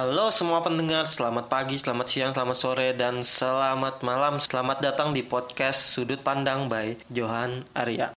Halo semua pendengar, selamat pagi, selamat siang, selamat sore, dan selamat malam. Selamat datang di podcast Sudut Pandang by Johan Arya.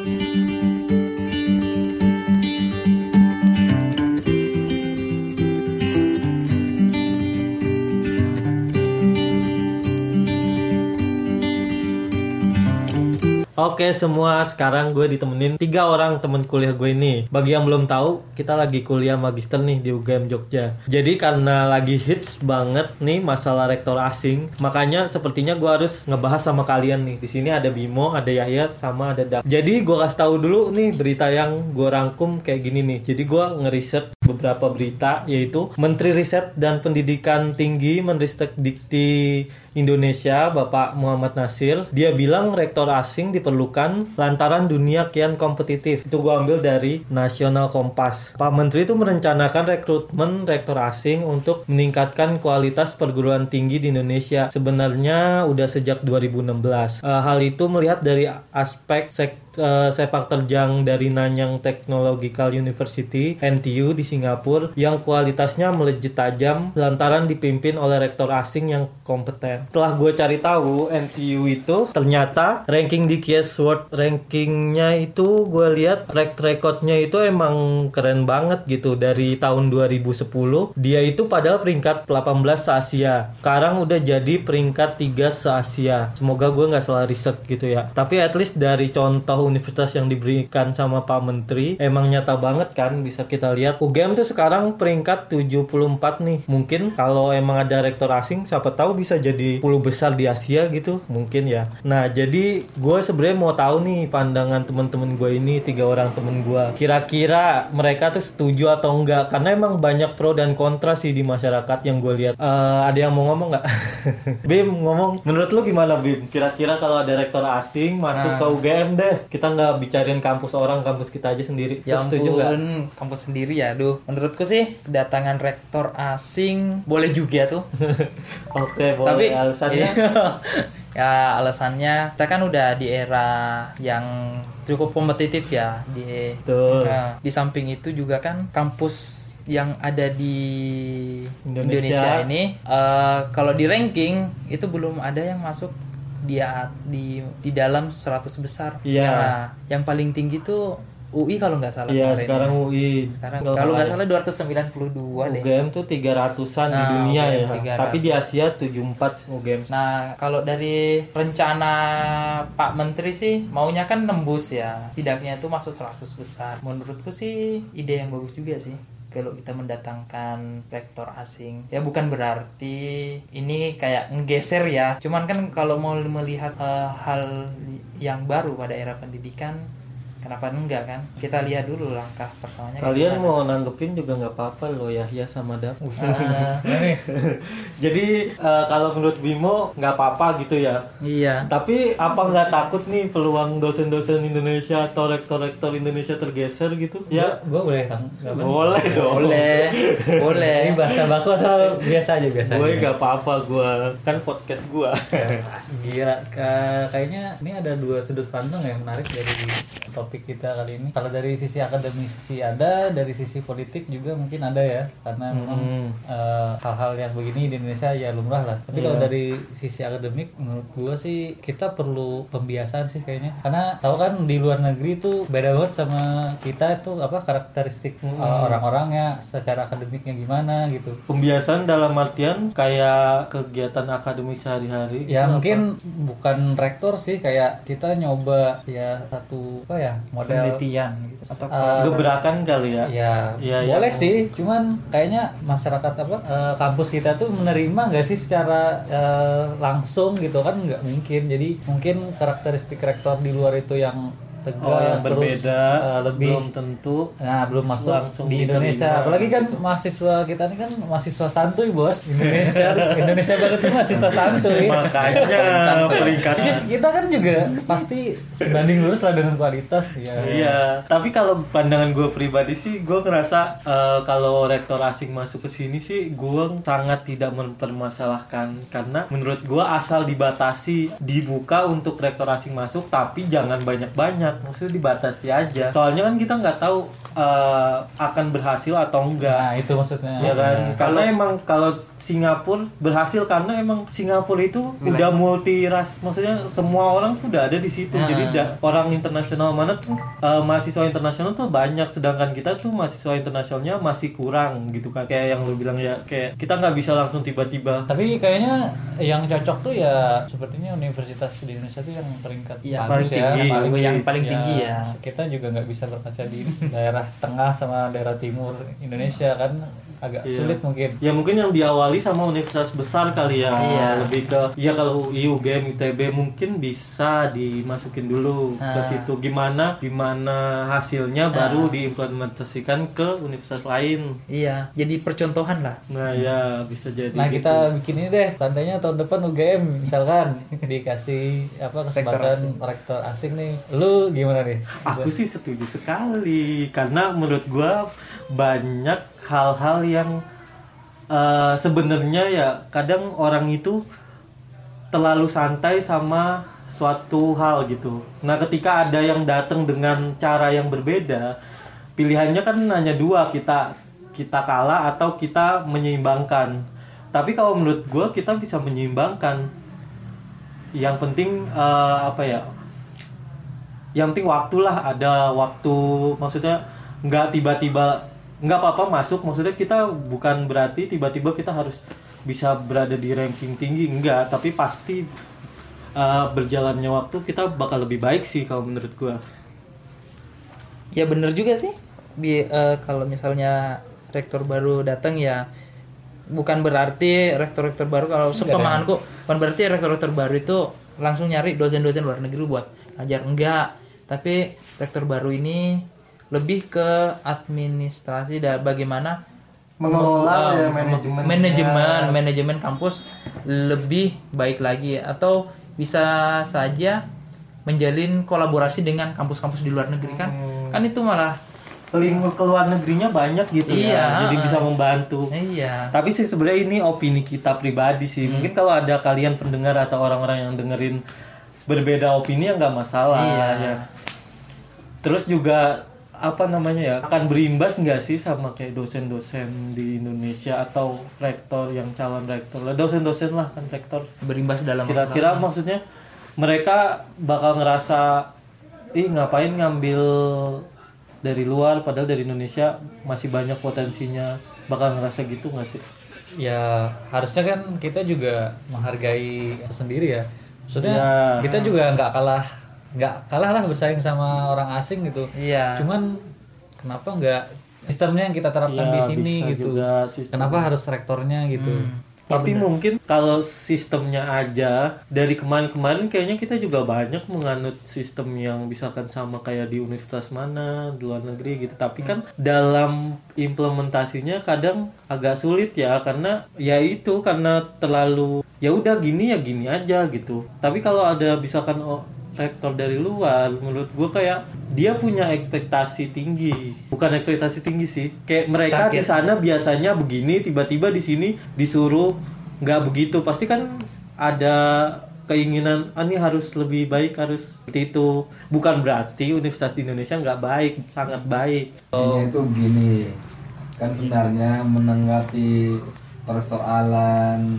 Oke semua, sekarang gue ditemenin 3 orang temen kuliah gue ini. Bagi yang belum tahu, kita lagi kuliah magister nih di UGM Jogja. Jadi karena lagi hits banget nih masalah rektor asing, makanya sepertinya gue harus ngebahas sama kalian nih. Di sini ada Bimo, ada Yahya, sama ada Dak. Jadi gue kasih tahu dulu nih berita yang gue rangkum kayak gini nih. Jadi gue ngeriset beberapa berita, yaitu Menteri Riset dan Pendidikan Tinggi Menristek Dikti Indonesia Bapak Muhammad Nasir, dia bilang rektor asing diperlukan lantaran dunia kian kompetitif. Itu gue ambil dari Nasional Kompas. Pak Menteri itu merencanakan rekrutmen rektor asing untuk meningkatkan kualitas perguruan tinggi di Indonesia. Sebenarnya udah sejak 2016. Hal itu melihat dari aspek sepak terjang dari Nanyang Technological University (NTU) di Singapura yang kualitasnya melejit tajam lantaran dipimpin oleh rektor asing yang kompeten. Setelah gue cari tahu, NTU itu ternyata ranking di QS World rankingnya itu gue lihat track recordnya itu emang keren banget gitu. Dari tahun 2010 dia itu padahal peringkat 18 se-Asia, sekarang udah jadi peringkat 3 se-Asia. Semoga gue gak salah riset gitu ya. Tapi at least dari contoh universitas yang diberikan sama Pak Menteri emang nyata banget kan, bisa kita lihat. UGM tuh sekarang peringkat 74 nih. Mungkin kalau emang ada rektor asing, siapa tahu bisa jadi 10 besar di Asia gitu, mungkin ya. Nah jadi gue sebenarnya mau tahu nih pandangan teman-teman gue ini, 3 orang temen gue, kira-kira mereka tuh setuju atau enggak, karena emang banyak pro dan kontra sih di masyarakat yang gue lihat. Ada yang mau ngomong nggak? Bim, ngomong, menurut lu gimana Bim? Kira-kira kalau ada rektor asing masuk ke UGM deh, kita nggak bicarain kampus orang, kampus kita aja sendiri. Ya setuju nggak? Kampus sendiri ya, menurutku sih kedatangan rektor asing boleh juga tuh. Oke, boleh. Tapi alasannya? Ya alasannya kita kan udah di era yang cukup kompetitif ya di samping itu juga kan kampus yang ada di Indonesia ini kalau di ranking itu belum ada yang masuk di dalam 100 besar. Iya. Nah, yang paling tinggi tuh UI kalau nggak salah. Iya, sekarang ya. UI. Sekarang kalau nggak salah 292 deh. UGM tuh 300-an di dunia ya. 300. Tapi di Asia 74 UGM. Nah, kalau dari rencana Pak Menteri sih maunya kan nembus ya. Tidaknya itu masuk 100 besar. Menurutku sih ide yang bagus juga sih. Kalau kita mendatangkan rektor asing, ya bukan berarti ini kayak ngegeser ya. Cuman kan kalau mau melihat hal yang baru pada era pendidikan, kenapa enggak kan? Kita lihat dulu langkah pertamanya. Kalian mau nanggepin juga nggak apa-apa loh Yahya sama Dak. Jadi kalau menurut Bimo nggak apa-apa gitu ya. Iya. Tapi apa nggak takut nih peluang dosen-dosen Indonesia atau rektor-rektor Indonesia tergeser gitu? Ya, Gue boleh kan? boleh dong. Boleh. Ini bahasa baku atau biasa aja biasa? Gue nggak apa-apa, gue kan podcast gue. Gila, kayaknya ini ada 2 sudut pandang yang menarik dari topik kita kali ini. Kalau dari sisi akademisi ada, dari sisi politik juga mungkin ada ya, karena memang hal-hal yang begini di Indonesia ya lumrah lah. Tapi kalau dari sisi akademik, menurut gue sih kita perlu pembiasaan sih kayaknya, karena tahu kan di luar negeri itu beda banget sama kita itu apa karakteristik orang-orangnya secara akademiknya gimana gitu. Pembiasaan dalam artian kayak kegiatan akademik sehari-hari. Ya mungkin bukan rektor sih, kayak kita nyoba ya satu apa ya model Penelitian gitu. Atau gebrakan kali ya. Ya boleh sih, cuman kayaknya masyarakat kampus kita tuh menerima nggak sih secara langsung gitu kan, nggak mungkin. Jadi mungkin karakteristik rektor di luar itu yang tegas, yang berbeda, lebih belum tentu. Nah, belum masuk langsung di Indonesia. Apalagi kan mahasiswa kita ini kan mahasiswa santuy, Bos. Indonesia banget tuh mahasiswa santuy. Makanya peringkat kita kan juga pasti sebanding lurus lah dengan kualitas ya. Iya, tapi kalau pandangan gue pribadi sih, gue ngerasa kalau rektor asing masuk ke sini sih gue sangat tidak mempermasalahkan, karena menurut gue asal dibatasi, dibuka untuk rektor asing masuk, tapi jangan banyak-banyak. Maksudnya dibatasi aja. Soalnya kan kita nggak tahu akan berhasil atau enggak. Nah, itu maksudnya. Ya kan? Karena emang kalau Singapura berhasil karena emang Singapura itu udah multi ras, maksudnya semua orang tuh udah ada di situ. Jadi orang internasional mana tuh mahasiswa internasional tuh banyak, sedangkan kita tuh mahasiswa internasionalnya masih kurang gitu kan. Kayak yang lu bilang ya, kayak kita nggak bisa langsung tiba-tiba. Tapi kayaknya yang cocok tuh ya sepertinya universitas di Indonesia tuh yang peringkat bagus paling tinggi. Yang paling tinggi ya. Kita juga nggak bisa berkaca di daerah tengah sama daerah timur Indonesia kan, agak sulit mungkin. Ya mungkin yang diawali sama universitas besar kali ya. Lebih ke ya kalau UI, UGM, ITB mungkin bisa dimasukin dulu ke situ. Gimana hasilnya baru diimplementasikan ke universitas lain. Iya, jadi percontohan lah. Nah, ya bisa jadi. Nah, gitu. kita bikin ini deh. Seandainya tahun depan UGM misalkan dikasih kesempatan rektor asing nih. Lu gimana nih? Aku sih setuju sekali karena menurut gua banyak hal-hal yang sebenarnya ya kadang orang itu terlalu santai sama suatu hal gitu. Nah, ketika ada yang datang dengan cara yang berbeda, pilihannya kan hanya dua, kita kalah atau kita menyeimbangkan. Tapi kalau menurut gue kita bisa menyeimbangkan. Yang penting yang penting waktulah, ada waktu, maksudnya nggak tiba-tiba nggak apa-apa masuk, maksudnya kita bukan berarti tiba-tiba kita harus bisa berada di ranking tinggi, enggak, tapi pasti berjalannya waktu kita bakal lebih baik sih kalau menurut gua. Ya bener juga sih. Kalau misalnya rektor baru datang ya bukan berarti rektor-rektor baru, kalau sepemahamanku bukan berarti rektor-rektor baru itu langsung nyari dosen-dosen luar negeri buat ngajar, enggak. Tapi rektor baru ini lebih ke administrasi dan bagaimana mengelola manajemen kampus lebih baik lagi, atau bisa saja menjalin kolaborasi dengan kampus-kampus di luar negeri kan itu malah link ke luar negerinya banyak gitu ya, jadi bisa membantu. Iya. Tapi sih sebenarnya ini opini kita pribadi sih. Mungkin kalau ada kalian pendengar atau orang-orang yang dengerin berbeda opini ya nggak masalah. Ya. Terus juga akan berimbas nggak sih sama kayak dosen-dosen di Indonesia atau rektor yang calon rektor lah, dosen-dosen lah kan rektor berimbas dalam kira-kira maksudnya mereka bakal ngerasa ngapain ngambil dari luar padahal dari Indonesia masih banyak potensinya, bakal ngerasa gitu nggak sih? Ya harusnya kan kita juga menghargai sendiri ya, maksudnya kita juga nggak kalah lah bersaing sama orang asing gitu. Iya. Cuman kenapa nggak sistemnya yang kita terapkan di sini gitu? Kenapa harus rektornya gitu? Tapi mungkin kalau sistemnya aja dari kemarin-kemarin kayaknya kita juga banyak menganut sistem yang misalkan sama kayak di universitas mana di luar negeri gitu. Tapi kan dalam implementasinya kadang agak sulit ya, karena karena terlalu ya udah gini aja gitu. Tapi kalau ada misalkan rektor dari luar, menurut gue kayak dia punya ekspektasi tinggi, bukan ekspektasi tinggi sih, kayak mereka di sana biasanya begini, tiba-tiba di sini disuruh nggak begitu, pasti kan ada keinginan ini harus lebih baik, harus seperti itu. Bukan berarti universitas di Indonesia nggak baik, sangat baik. Ini itu begini, kan sebenarnya menanggapi persoalan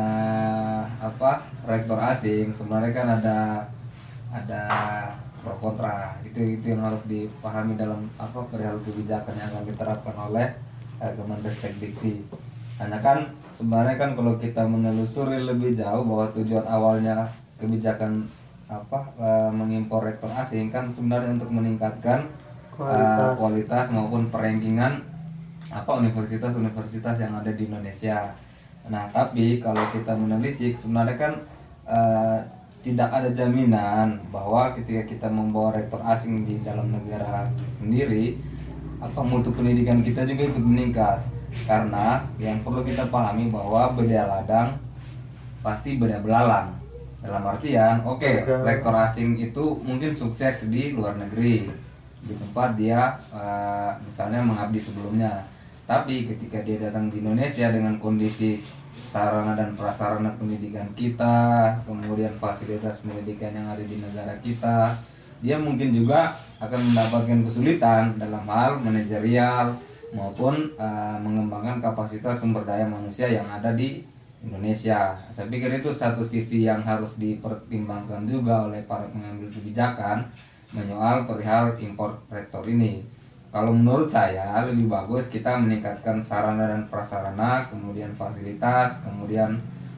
rektor asing sebenarnya kan ada pro kontra, itu yang harus dipahami dalam perihal kebijakan yang akan diterapkan oleh Kemendikbud. Hanya kan sebenarnya kan kalau kita menelusuri lebih jauh bahwa tujuan awalnya kebijakan mengimpor rektor asing kan sebenarnya untuk meningkatkan kualitas maupun perankingan universitas-universitas yang ada di Indonesia. Nah, tapi kalau kita menelisik sebenarnya kan tidak ada jaminan bahwa ketika kita membawa rektor asing di dalam negara sendiri mutu pendidikan kita juga ikut meningkat. Karena yang perlu kita pahami bahwa beda ladang pasti beda belalang. Dalam artian, rektor asing itu mungkin sukses di luar negeri, di tempat dia misalnya mengabdi sebelumnya. Tapi ketika dia datang di Indonesia dengan kondisi sarana dan prasarana pendidikan kita, kemudian fasilitas pendidikan yang ada di negara kita, dia mungkin juga akan mendapatkan kesulitan dalam hal manajerial maupun mengembangkan kapasitas sumber daya manusia yang ada di Indonesia. Saya pikir itu satu sisi yang harus dipertimbangkan juga oleh para pengambil kebijakan menyoal perihal import rektor ini. Kalau menurut saya lebih bagus kita meningkatkan sarana dan prasarana, kemudian fasilitas, kemudian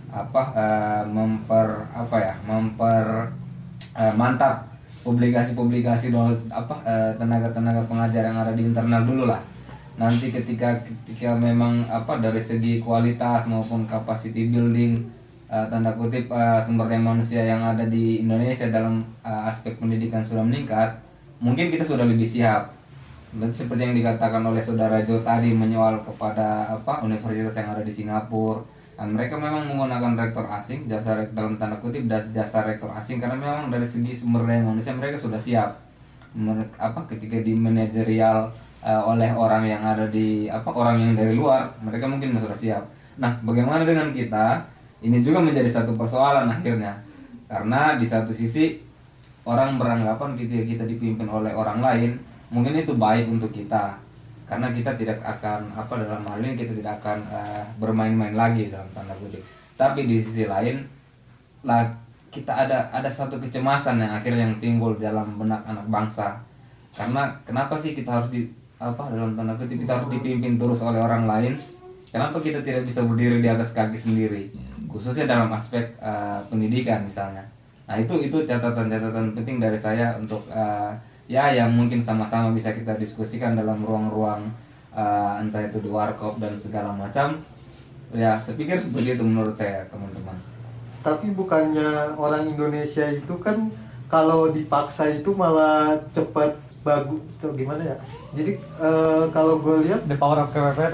mantap publikasi-publikasi tenaga-tenaga pengajar yang ada di internal dulu lah. Nanti ketika memang dari segi kualitas maupun capacity building tanda kutip sumber daya manusia yang ada di Indonesia dalam aspek pendidikan sudah meningkat, mungkin kita sudah lebih siap. Berarti seperti yang dikatakan oleh saudara Jo tadi menyoal kepada universitas yang ada di Singapura. Dan mereka memang menggunakan rektor asing, dalam tanda kutip jasa rektor asing, karena memang dari segi sumber daya manusia mereka sudah siap. Ketika di manajerial oleh orang yang ada di orang yang dari luar, mereka mungkin sudah siap. Nah, bagaimana dengan kita? Ini juga menjadi satu persoalan akhirnya. Karena di satu sisi orang beranggapan ketika kita dipimpin oleh orang lain, mungkin itu baik untuk kita. Karena kita tidak akan dalam hal ini kita tidak akan bermain-main lagi dalam tanda kutip. Tapi di sisi lain lah kita ada satu kecemasan yang akhirnya yang timbul dalam benak anak bangsa. Karena kenapa sih kita harus dalam tanda kutip kita harus dipimpin terus oleh orang lain? Kenapa kita tidak bisa berdiri di atas kaki sendiri? Khususnya dalam aspek pendidikan misalnya. Nah, itu catatan-catatan penting dari saya untuk yang mungkin sama-sama bisa kita diskusikan dalam ruang-ruang entah itu di warkop dan segala macam. Ya, saya pikir seperti itu menurut saya, teman-teman. Tapi bukannya orang Indonesia itu kan kalau dipaksa itu malah cepat bagus atau gimana ya? Jadi kalau gue lihat the power of kepepet.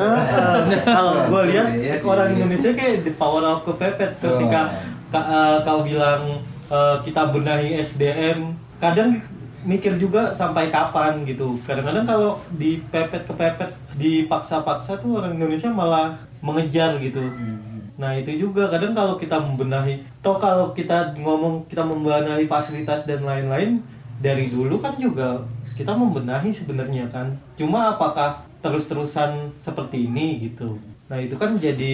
Kalau gue lihat Yes, orang yes. Indonesia kayak the power of kepepet. Ketika kau bilang kita benahi SDM, kadang mikir juga sampai kapan gitu. Kadang-kadang kalau dipepet kepepet, dipaksa-paksa tuh orang Indonesia malah mengejar gitu. Nah, itu juga kadang kalau kita membenahi, kalau kita ngomong kita membenahi fasilitas dan lain-lain, dari dulu kan juga kita membenahi sebenarnya kan. Cuma apakah terus-terusan seperti ini gitu. Nah, itu kan jadi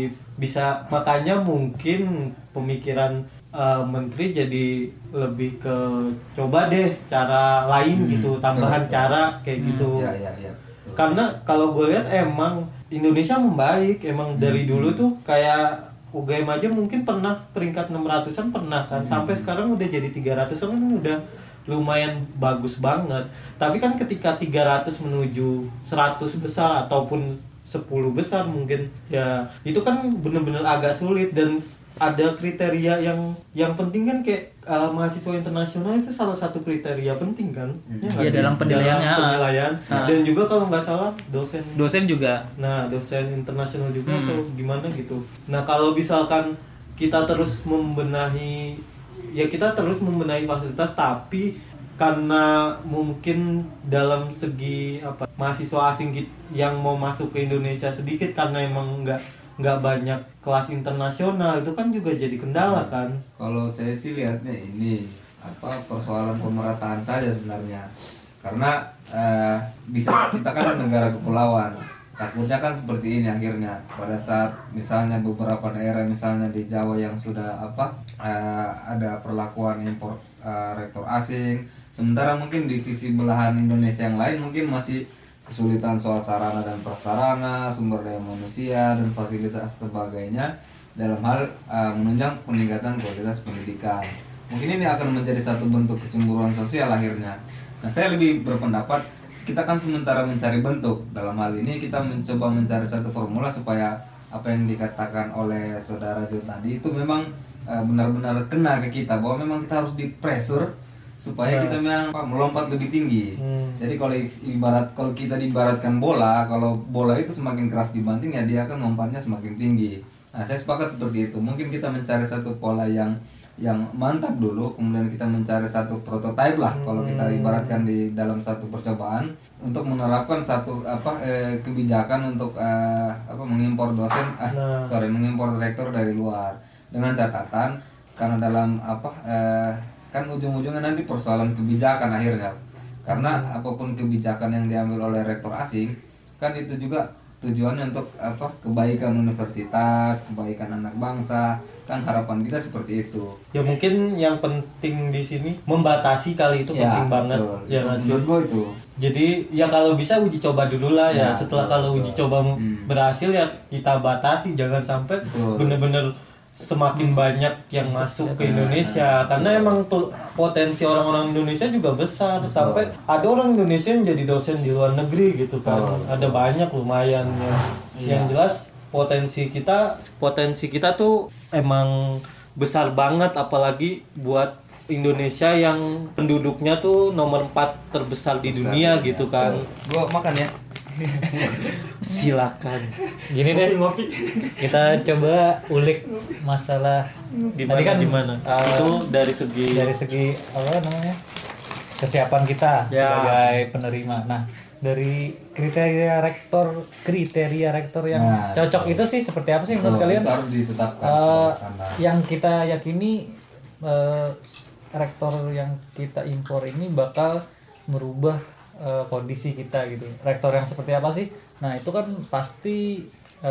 bisa, makanya mungkin pemikiran menteri jadi lebih ke coba deh cara lain gitu, tambahan cara kayak gitu. Ya. Karena kalau gue lihat emang Indonesia membaik, emang dari dulu tuh kayak UGM aja mungkin pernah peringkat 600-an pernah kan, sampai sekarang udah jadi 300-an kan udah lumayan bagus banget. Tapi kan ketika 300 menuju 100 besar ataupun 10 besar mungkin ya itu kan bener-bener agak sulit, dan ada kriteria yang penting kan kayak mahasiswa internasional itu salah satu kriteria penting kan. Iya, dalam penilaiannya. Penilaian. Dan juga kalau nggak salah Dosen juga. Nah, dosen internasional juga atau gimana gitu. Nah, kalau misalkan kita terus membenahi fasilitas, tapi karena mungkin dalam segi mahasiswa asing yang mau masuk ke Indonesia sedikit karena emang nggak banyak kelas internasional, itu kan juga jadi kendala kan. Kalau saya sih lihatnya ini persoalan pemerataan saja sebenarnya. Karena bisa kita kan negara kepulauan. Takutnya kan seperti ini akhirnya pada saat misalnya beberapa daerah misalnya di Jawa yang sudah ada perlakuan impor rektor asing, sementara mungkin di sisi belahan Indonesia yang lain mungkin masih kesulitan soal sarana dan prasarana, sumber daya manusia dan fasilitas sebagainya dalam hal menunjang peningkatan kualitas pendidikan. Mungkin ini akan menjadi satu bentuk kecemburuan sosial akhirnya. Nah, saya lebih berpendapat kita kan sementara mencari bentuk. Dalam hal ini kita mencoba mencari satu formula supaya apa yang dikatakan oleh saudara Jo tadi itu memang benar-benar kena ke kita, bahwa memang kita harus di pressure supaya kita memang melompat lebih tinggi. Jadi kalau kita diibaratkan bola, kalau bola itu semakin keras dibanting ya dia akan lompatnya semakin tinggi. Nah, saya sepakat seperti itu. Mungkin kita mencari satu pola yang mantap dulu, kemudian kita mencari satu prototipe lah kalau kita ibaratkan di dalam satu percobaan untuk menerapkan satu kebijakan untuk mengimpor mengimpor rektor dari luar, dengan catatan karena dalam kan ujung-ujungnya nanti persoalan kebijakan akhirnya. Karena apapun kebijakan yang diambil oleh rektor asing kan itu juga tujuannya untuk apa, kebaikan universitas, kebaikan anak bangsa, kan harapan kita seperti itu. Ya mungkin yang penting di sini membatasi kali, itu penting banget. Betul. Ya nggak sih? Menurut gue itu. Jadi ya kalau bisa uji coba dulu lah ya. Ya, Setelah betul, kalau betul. uji coba berhasil ya kita batasi, jangan sampai Betul. bener-bener semakin banyak yang masuk ke Indonesia, karena emang tuh potensi orang-orang Indonesia juga besar. Sampai ada orang Indonesia yang jadi dosen di luar negeri gitu kan. Ada banyak lumayan ya. Yang jelas potensi kita tuh emang besar banget, apalagi buat Indonesia yang penduduknya tuh nomor 4 terbesar di dunia gitu kan. Gua makan ya. Silakan. Gini deh, kita coba ulik masalah Gimana, tadi kan gimana? Itu dari segi apa namanya, kesiapan kita Ya. sebagai penerima. Nah, dari kriteria rektor yang Nah, cocok itu sih seperti apa sih menurut Betul, kalian? itu harus ditetapkan Eh, secara standar. yang kita yakini rektor yang kita impor ini bakal merubah kondisi kita gitu. Rektor yang seperti apa sih? Nah, itu kan pasti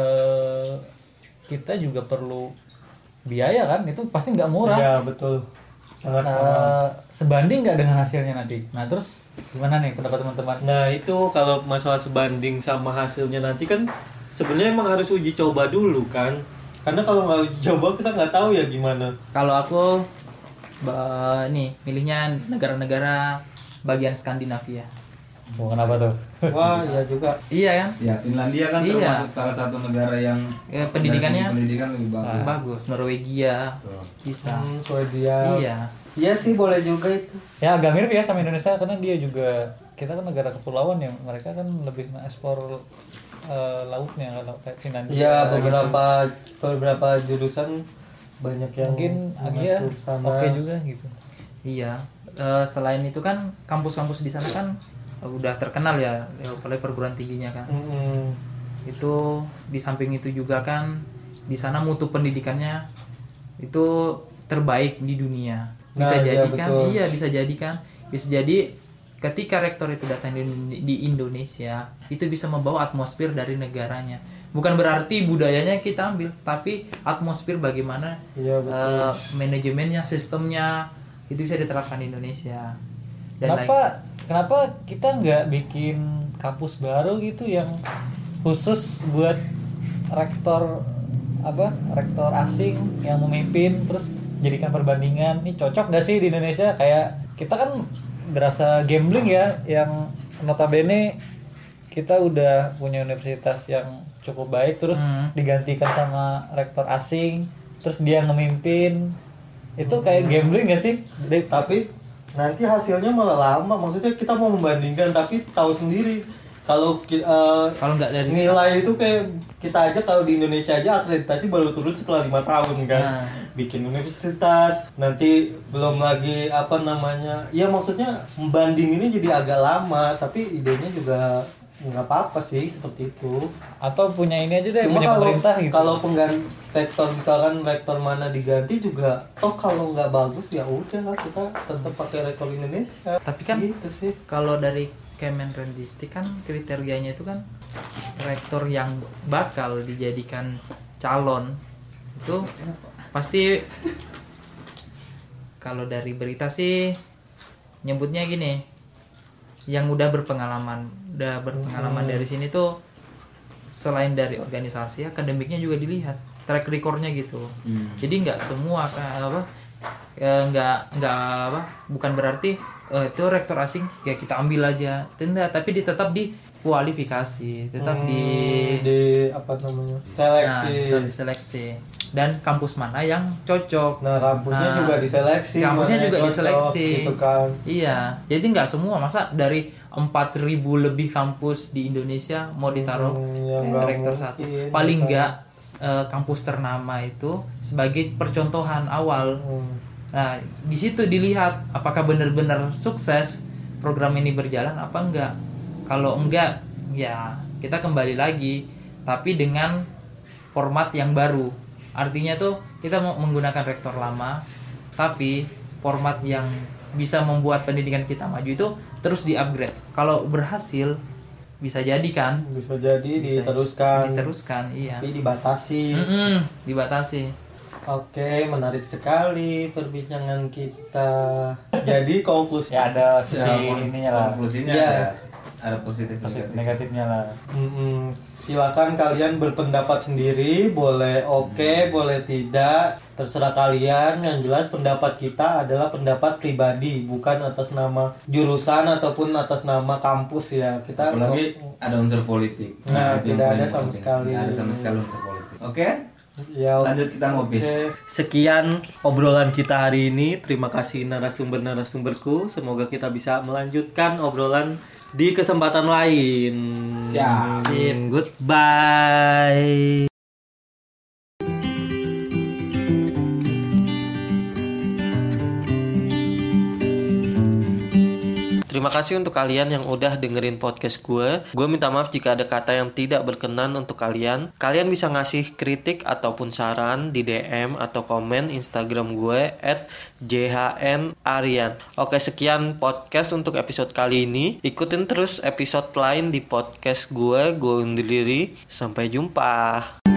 kita juga perlu biaya kan? Itu pasti nggak murah. Ya betul. Sangat Sebanding nggak dengan hasilnya nanti. Nah, terus gimana nih pendapat teman-teman? Nah itu kalau masalah sebanding sama hasilnya nanti kan sebenarnya emang harus uji coba dulu kan. Karena kalau nggak uji coba kita nggak tahu ya gimana. Kalau aku nih milihnya negara-negara bagian Skandinavia. Oh, kenapa tuh? Wah iya juga. Iya kan? Ya, Finlandia kan Iya. termasuk salah satu negara yang Ya, pendidikannya dari segi pendidikan lebih bagus. Bagus. Norwegia Betul. bisa. Swedia. Iya. Iya sih boleh juga itu. Ya agak mirip ya sama Indonesia karena dia juga, kita kan negara kepulauan ya, mereka kan lebih mengekspor lautnya kalau kayak Finlandia. Iya gitu. beberapa jurusan banyak yang Mungkin Agia masuk sana. oke juga gitu. Iya. Selain itu kan kampus-kampus di sana kan udah terkenal ya oleh perguruan tingginya kan. Mm-mm. Itu di samping itu juga kan di sana mutu pendidikannya itu terbaik di dunia. Bisa Nah, iya, jadi kan? betul. Iya, bisa jadi ketika rektor itu datang di Indonesia, itu bisa membawa atmosfer dari negaranya. Bukan berarti budayanya kita ambil, tapi atmosfer bagaimana Iya betul. manajemennya, sistemnya itu bisa diterapkan di Indonesia. Dan Kenapa kita nggak bikin kampus baru gitu yang khusus buat rektor asing yang memimpin, terus jadikan perbandingan ini cocok gak sih di Indonesia? Kayak kita kan berasa gambling ya, yang notabene kita udah punya universitas yang cukup baik terus digantikan sama rektor asing, terus dia ngemimpin, itu kayak gambling gak sih? Tapi nanti hasilnya malah lama. Maksudnya kita mau membandingkan tapi tahu sendiri kalau kalau nggak dari nilai itu kayak kita aja kalau di Indonesia aja akreditasi baru turun setelah 5 tahun kan. Nah. Bikin universitas, nanti belum lagi ya maksudnya membanding ini jadi agak lama, tapi idenya juga nggak apa-apa sih seperti itu. Atau punya ini aja deh, Cuma punya pemerintah gitu. kalau pengganti rektor, misalkan rektor mana diganti juga kalau nggak bagus ya udah kita tetap pakai rektor Indonesia. Tapi kan gitu sih. kalau dari Kemenristek kan kriterianya itu kan rektor yang bakal dijadikan calon itu pasti, kalau dari berita sih nyebutnya gini, yang udah berpengalaman dari sini tuh selain dari organisasi, akademiknya juga dilihat, track recordnya gitu. Jadi nggak semua bukan berarti itu rektor asing ya kita ambil aja, tidak, tapi tetap di kualifikasi, tetap di apa namanya, seleksi. tetap diseleksi, dan kampus mana yang cocok. Nah kampusnya juga diseleksi. Kampusnya mana juga yang cocok, diseleksi. gitu kan. Iya, jadi nggak semua, masa dari 4.000 lebih kampus di Indonesia mau ditaruh ya nggak rektor mungkin, satu. Paling bukan. nggak kampus ternama itu sebagai percontohan awal. Nah, di situ dilihat apakah benar-benar sukses program ini berjalan apa enggak. Kalau enggak, ya kita kembali lagi, tapi dengan format yang baru. Artinya tuh kita mau menggunakan rektor lama, tapi format yang bisa membuat pendidikan kita maju itu terus di-upgrade. Kalau berhasil bisa jadi kan? Bisa jadi diteruskan. Iya. Tapi dibatasi. Dibatasi. Oke, menarik sekali perbincangan kita. Jadi konklusi Ya ada sisi ininya lah. Konklusinya Iya. ada positif Negatifnya lah. Silakan kalian berpendapat sendiri, boleh oke, boleh tidak, terserah kalian. Yang jelas pendapat kita adalah pendapat pribadi, bukan atas nama jurusan ataupun atas nama kampus ya. Kita apalagi ada unsur politik. Nah, itu yang tidak paling ada sama penting. sekali. Tidak ada sama sekali unsur politik. Oke? ya, Lanjut kita ngopi. Oke. Sekian obrolan kita hari ini. Terima kasih narasumberku. Semoga kita bisa melanjutkan obrolan di kesempatan lain. Siap. Goodbye. Terima kasih untuk kalian yang udah dengerin podcast gue. Gue minta maaf jika ada kata yang tidak berkenan untuk kalian. Kalian bisa ngasih kritik ataupun saran di DM atau komen Instagram gue @jhnarian. Oke, sekian podcast untuk episode kali ini. Ikutin terus episode lain di podcast gue undur diri. Sampai jumpa.